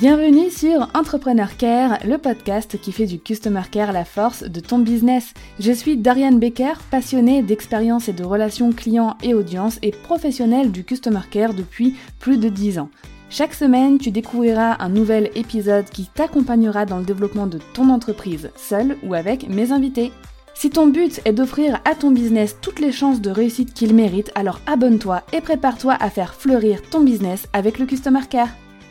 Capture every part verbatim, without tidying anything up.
Bienvenue sur Entrepreneur Care, le podcast qui fait du Customer Care la force de ton business. Je suis Doriane Becker, passionnée d'expérience et de relations clients et audience et professionnelle du Customer Care depuis plus de dix ans. Chaque semaine, tu découvriras un nouvel épisode qui t'accompagnera dans le développement de ton entreprise, seul ou avec mes invités. Si ton but est d'offrir à ton business toutes les chances de réussite qu'il mérite, alors abonne-toi et prépare-toi à faire fleurir ton business avec le Customer Care.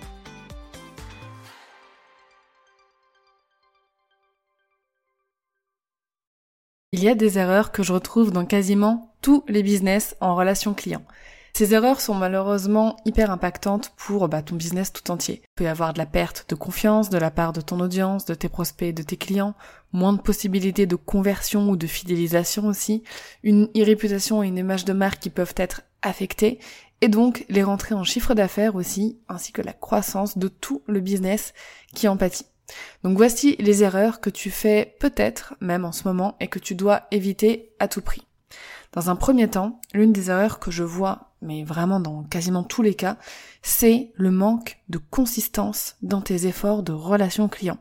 Il y a des erreurs que je retrouve dans quasiment tous les business en relation client. Ces erreurs sont malheureusement hyper impactantes pour bah, ton business tout entier. Il peut y avoir de la perte de confiance de la part de ton audience, de tes prospects, de tes clients, moins de possibilités de conversion ou de fidélisation aussi, une e-réputation et une image de marque qui peuvent être affectées, et donc les rentrées en chiffre d'affaires aussi, ainsi que la croissance de tout le business qui en pâtit. Donc voici les erreurs que tu fais peut-être même en ce moment et que tu dois éviter à tout prix. Dans un premier temps, l'une des erreurs que je vois, mais vraiment dans quasiment tous les cas, c'est le manque de consistance dans tes efforts de relation client.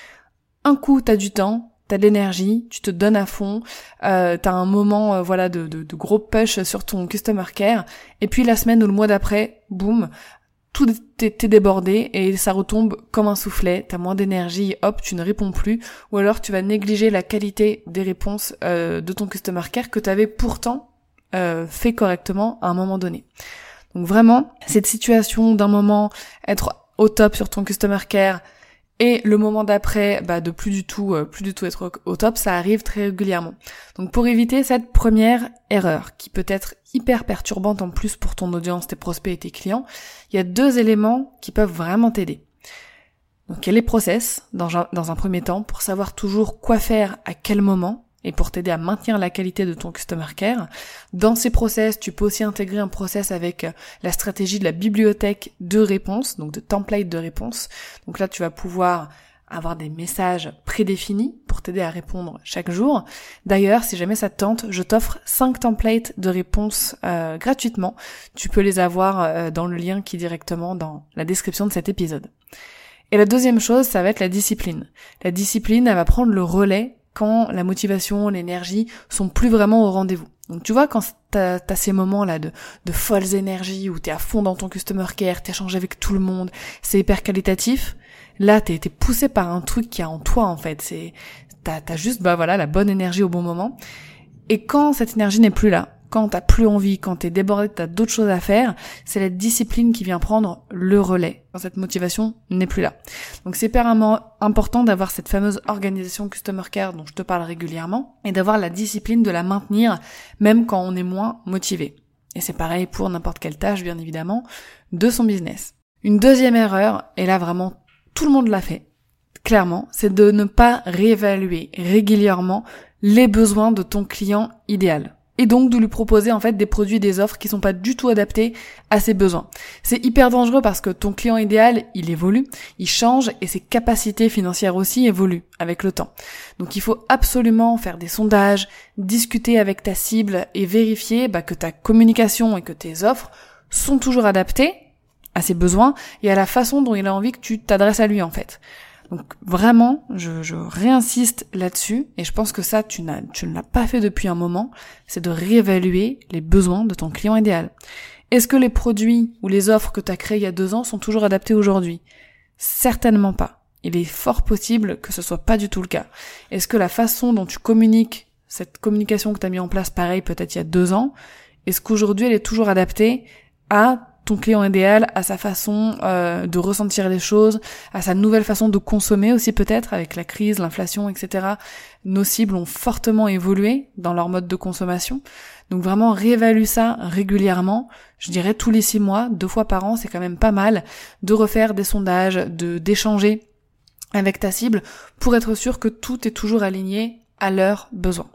Un coup, t'as du temps, t'as de l'énergie, tu te donnes à fond, euh, t'as un moment euh, voilà de, de, de gros push sur ton Customer Care, et puis la semaine ou le mois d'après, boum, tout t'es débordé et ça retombe comme un soufflet, t'as moins d'énergie, hop, tu ne réponds plus, ou alors tu vas négliger la qualité des réponses euh, de ton Customer Care que t'avais pourtant euh, fait correctement à un moment donné. Donc vraiment, cette situation d'un moment être au top sur ton Customer Care et le moment d'après, bah, de plus du tout, euh, plus du tout être au top, ça arrive très régulièrement. Donc pour éviter cette première erreur, qui peut être hyper perturbante en plus pour ton audience, tes prospects et tes clients, il y a deux éléments qui peuvent vraiment t'aider. Donc il y a les process, dans un, dans un premier temps, pour savoir toujours quoi faire à quel moment, et pour t'aider à maintenir la qualité de ton Customer Care. Dans ces process, tu peux aussi intégrer un process avec la stratégie de la bibliothèque de réponses, donc de template de réponses. Donc là, tu vas pouvoir avoir des messages prédéfinis pour t'aider à répondre chaque jour. D'ailleurs, si jamais ça te tente, je t'offre cinq templates de réponses euh, gratuitement. Tu peux les avoir euh, dans le lien qui est directement dans la description de cet épisode. Et la deuxième chose, ça va être la discipline. La discipline, elle va prendre le relais quand la motivation, l'énergie sont plus vraiment au rendez-vous. Donc tu vois, quand t'as, t'as ces moments-là de, de folles énergies où t'es à fond dans ton Customer Care, t'échanges avec tout le monde, c'est hyper qualitatif, là t'es, t'es poussé par un truc qui est en toi en fait, c'est t'as, t'as juste bah voilà la bonne énergie au bon moment. Et quand cette énergie n'est plus là, quand t'as plus envie, quand t'es débordé, t'as d'autres choses à faire, c'est la discipline qui vient prendre le relais quand cette motivation n'est plus là. Donc c'est hyper important d'avoir cette fameuse organisation Customer Care dont je te parle régulièrement et d'avoir la discipline de la maintenir même quand on est moins motivé. Et c'est pareil pour n'importe quelle tâche, bien évidemment, de son business. Une deuxième erreur, et là vraiment tout le monde l'a fait, clairement, c'est de ne pas réévaluer régulièrement les besoins de ton client idéal. Et donc de lui proposer en fait des produits, des offres qui sont pas du tout adaptés à ses besoins. C'est hyper dangereux parce que ton client idéal, il évolue, il change et ses capacités financières aussi évoluent avec le temps. Donc il faut absolument faire des sondages, discuter avec ta cible et vérifier bah, que ta communication et que tes offres sont toujours adaptées à ses besoins et à la façon dont il a envie que tu t'adresses à lui en fait. Donc vraiment, je, je réinsiste là-dessus, et je pense que ça, tu, n'as, tu ne l'as pas fait depuis un moment, c'est de réévaluer les besoins de ton client idéal. Est-ce que les produits ou les offres que tu as créées il y a deux ans sont toujours adaptés aujourd'hui ? Certainement pas. Il est fort possible que ce soit pas du tout le cas. Est-ce que la façon dont tu communiques, cette communication que tu as mis en place pareil peut-être il y a deux ans, est-ce qu'aujourd'hui elle est toujours adaptée à ton client idéal, à sa façon euh, de ressentir les choses, à sa nouvelle façon de consommer aussi peut-être, avec la crise, l'inflation, et cetera. Nos cibles ont fortement évolué dans leur mode de consommation. Donc vraiment réévalue ça régulièrement, je dirais tous les six mois, deux fois par an, c'est quand même pas mal de refaire des sondages, de d'échanger avec ta cible pour être sûr que tout est toujours aligné à leurs besoins.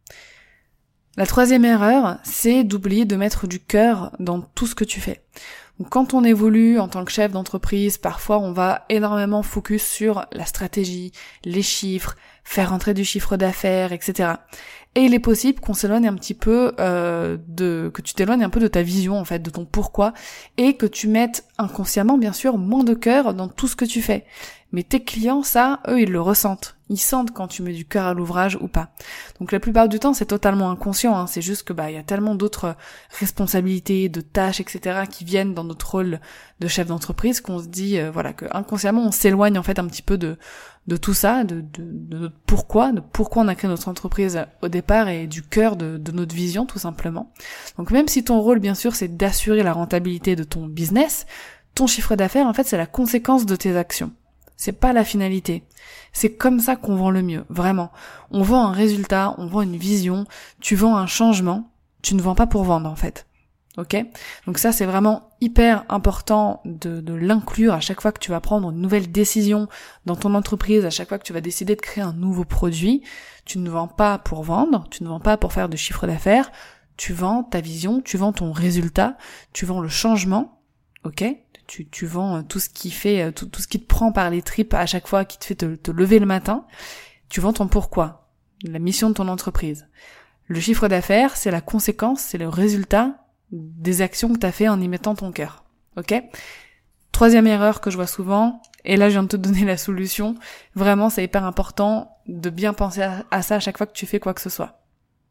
La troisième erreur, c'est d'oublier de mettre du cœur dans tout ce que tu fais. Donc quand on évolue en tant que chef d'entreprise, parfois on va énormément focus sur la stratégie, les chiffres, faire rentrer du chiffre d'affaires, et cetera. Et il est possible qu'on s'éloigne un petit peu euh, de, que tu t'éloignes un peu de ta vision en fait, de ton pourquoi, et que tu mettes inconsciemment bien sûr moins de cœur dans tout ce que tu fais. Mais tes clients, ça, eux, ils le ressentent. Ils sentent quand tu mets du cœur à l'ouvrage ou pas. Donc la plupart du temps, c'est totalement inconscient. Hein. C'est juste que bah il y a tellement d'autres responsabilités, de tâches, et cetera qui viennent dans notre rôle de chef d'entreprise qu'on se dit euh, voilà que inconsciemment on s'éloigne en fait un petit peu de de tout ça, de, de, de notre pourquoi, de pourquoi on a créé notre entreprise au départ et du cœur de, de notre vision tout simplement. Donc même si ton rôle bien sûr c'est d'assurer la rentabilité de ton business, ton chiffre d'affaires en fait c'est la conséquence de tes actions. C'est pas la finalité. C'est comme ça qu'on vend le mieux, vraiment. On vend un résultat, on vend une vision, tu vends un changement, tu ne vends pas pour vendre en fait. Ok ? Donc ça c'est vraiment hyper important de, de l'inclure à chaque fois que tu vas prendre une nouvelle décision dans ton entreprise, à chaque fois que tu vas décider de créer un nouveau produit. Tu ne vends pas pour vendre, tu ne vends pas pour faire de chiffre d'affaires, tu vends ta vision, tu vends ton résultat, tu vends le changement, ok ? Tu, tu vends tout ce qui fait, tout, tout ce qui te prend par les tripes à chaque fois, qui te fait te, te lever le matin. Tu vends ton pourquoi, la mission de ton entreprise. Le chiffre d'affaires, c'est la conséquence, c'est le résultat des actions que tu as fait en y mettant ton cœur. Ok ? Troisième erreur que je vois souvent, et là je viens de te donner la solution, vraiment c'est hyper important de bien penser à, à ça à chaque fois que tu fais quoi que ce soit.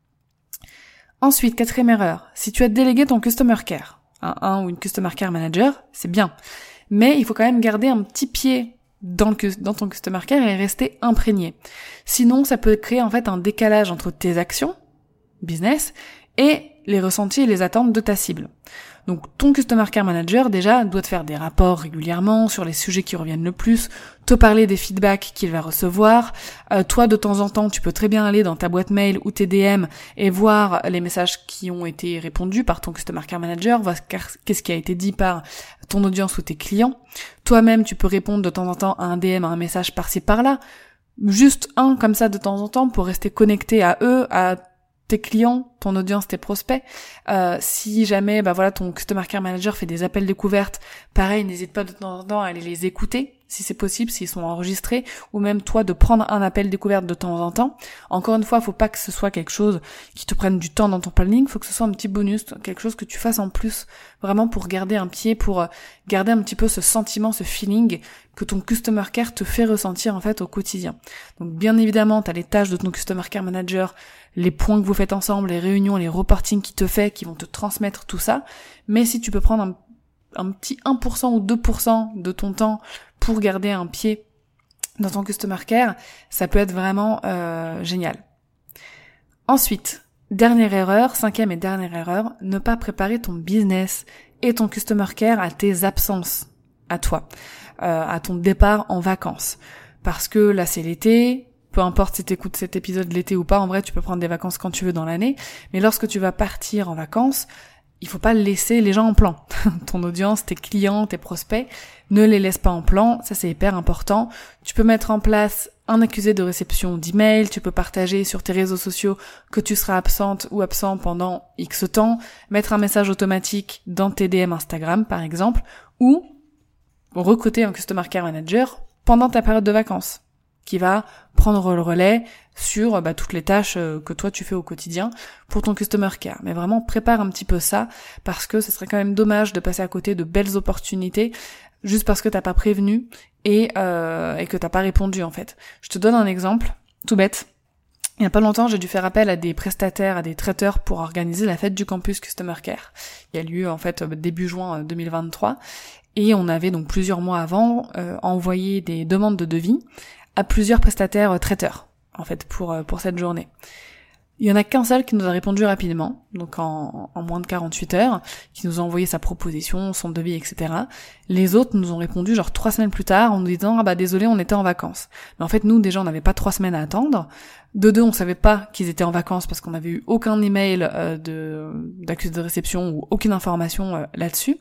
Ensuite, quatrième erreur, si tu as délégué ton customer care, un, un ou une customer care manager, c'est bien. Mais il faut quand même garder un petit pied dans, le, dans ton customer care et rester imprégné. Sinon, ça peut créer en fait un décalage entre tes actions, business, et les ressentis et les attentes de ta cible. Donc ton Customer Care Manager déjà doit te faire des rapports régulièrement sur les sujets qui reviennent le plus, te parler des feedbacks qu'il va recevoir. Euh, toi de temps en temps tu peux très bien aller dans ta boîte mail ou tes D M et voir les messages qui ont été répondus par ton Customer Care Manager, voir qu'est-ce qui a été dit par ton audience ou tes clients. Toi-même tu peux répondre de temps en temps à un D M, à un message par-ci par-là, juste un comme ça de temps en temps pour rester connecté à eux, à tes clients, ton audience, tes prospects. Euh, si jamais, bah voilà, ton Customer Care Manager fait des appels découvertes, pareil, n'hésite pas de temps en temps à aller les écouter, si c'est possible, s'ils sont enregistrés, ou même toi de prendre un appel découverte de temps en temps. Encore une fois, faut pas que ce soit quelque chose qui te prenne du temps dans ton planning, faut que ce soit un petit bonus, quelque chose que tu fasses en plus, vraiment pour garder un pied, pour garder un petit peu ce sentiment, ce feeling que ton Customer Care te fait ressentir en fait au quotidien. Donc bien évidemment, tu as les tâches de ton Customer Care Manager, les points que vous faites ensemble, les réunions, les reportings qu'il te fait, qui vont te transmettre tout ça. Mais si tu peux prendre un, un petit un pour cent ou deux pour cent de ton temps pour garder un pied dans ton Customer Care, ça peut être vraiment euh, génial. Ensuite, dernière erreur, cinquième et dernière erreur, ne pas préparer ton business et ton Customer Care à tes absences, à toi, euh, à ton départ en vacances. Parce que là c'est l'été, peu importe si t'écoutes cet épisode l'été ou pas, en vrai tu peux prendre des vacances quand tu veux dans l'année, mais lorsque tu vas partir en vacances, il faut pas laisser les gens en plan. Ton audience, tes clients, tes prospects, ne les laisse pas en plan, ça c'est hyper important. Tu peux mettre en place un accusé de réception d'email, tu peux partager sur tes réseaux sociaux que tu seras absente ou absent pendant X temps, mettre un message automatique dans tes D M Instagram par exemple, ou recruter un Customer Care Manager pendant ta période de vacances, qui va prendre le relais sur bah, toutes les tâches euh, que toi tu fais au quotidien pour ton Customer Care. Mais vraiment, prépare un petit peu ça, parce que ce serait quand même dommage de passer à côté de belles opportunités juste parce que t'as pas prévenu et, euh, et que t'as pas répondu en fait. Je te donne un exemple, tout bête. Il y a pas longtemps, j'ai dû faire appel à des prestataires, à des traiteurs pour organiser la fête du campus Customer Care. Il y a lieu en fait début juin deux mille vingt-trois et on avait donc plusieurs mois avant euh, envoyé des demandes de devis à plusieurs prestataires euh, traiteurs en fait pour euh, pour cette journée. Il y en a qu'un seul qui nous a répondu rapidement, donc en, en moins de quarante-huit heures, qui nous a envoyé sa proposition, son devis, et cetera. Les autres nous ont répondu genre trois semaines plus tard en nous disant « Ah bah désolé, on était en vacances ». Mais en fait, nous, déjà, on n'avait pas trois semaines à attendre. De deux, on savait pas qu'ils étaient en vacances parce qu'on n'avait eu aucun email euh, de d'accusé de réception ou aucune information euh, là-dessus.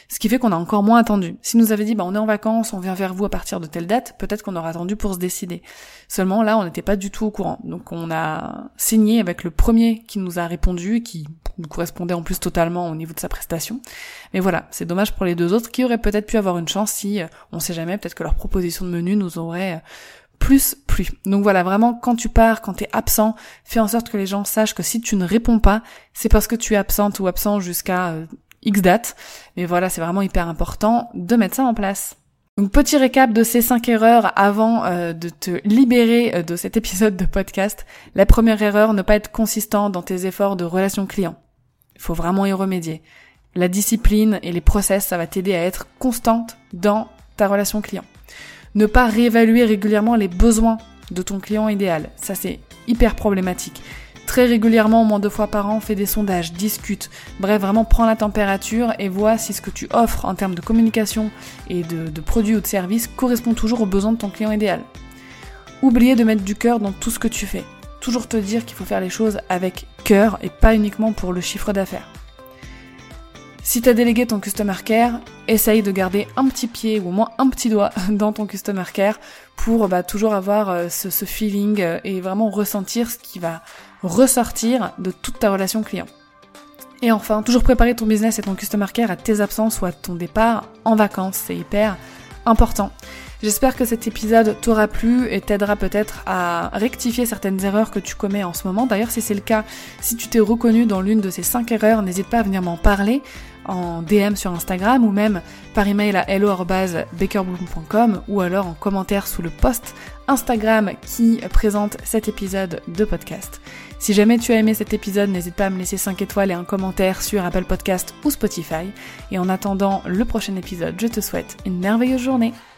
Ce qui fait qu'on a encore moins attendu. S'ils nous avaient dit, bah, on est en vacances, on vient vers vous à partir de telle date, peut-être qu'on aurait attendu pour se décider. Seulement, là, on n'était pas du tout au courant. Donc, on a signé avec le premier qui nous a répondu, qui nous correspondait en plus totalement au niveau de sa prestation. Mais voilà, c'est dommage pour les deux autres qui auraient peut-être pu avoir une chance si, on sait jamais, peut-être que leur proposition de menu nous aurait plus plu. Donc voilà, vraiment, quand tu pars, quand t'es absent, fais en sorte que les gens sachent que si tu ne réponds pas, c'est parce que tu es absente ou absent jusqu'à euh, X date. Mais voilà, c'est vraiment hyper important de mettre ça en place. Donc petit récap de ces cinq erreurs avant euh, de te libérer euh, de cet épisode de podcast. La première erreur, ne pas être consistant dans tes efforts de relation client. Il faut vraiment y remédier. La discipline et les process, ça va t'aider à être constante dans ta relation client. Ne pas réévaluer régulièrement les besoins de ton client idéal. Ça, c'est hyper problématique. Très régulièrement, au moins deux fois par an, fais des sondages, discute. Bref, vraiment prends la température et vois si ce que tu offres en termes de communication et de, de produits ou de services correspond toujours aux besoins de ton client idéal. Oubliez de mettre du cœur dans tout ce que tu fais. Toujours te dire qu'il faut faire les choses avec cœur et pas uniquement pour le chiffre d'affaires. Si tu as délégué ton Customer Care, essaye de garder un petit pied ou au moins un petit doigt dans ton Customer Care pour bah, toujours avoir euh, ce, ce feeling euh, et vraiment ressentir ce qui va ressortir de toute ta relation client. Et enfin, toujours préparer ton business et ton Customer Care à tes absences ou à ton départ en vacances, c'est hyper important. J'espère que cet épisode t'aura plu et t'aidera peut-être à rectifier certaines erreurs que tu commets en ce moment. D'ailleurs, si c'est le cas, si tu t'es reconnu dans l'une de ces cinq erreurs, n'hésite pas à venir m'en parler en D M sur Instagram ou même par email à hello arobase baker bloom point com ou alors en commentaire sous le post Instagram qui présente cet épisode de podcast. Si jamais tu as aimé cet épisode, n'hésite pas à me laisser cinq étoiles et un commentaire sur Apple Podcast ou Spotify. Et en attendant le prochain épisode, je te souhaite une merveilleuse journée.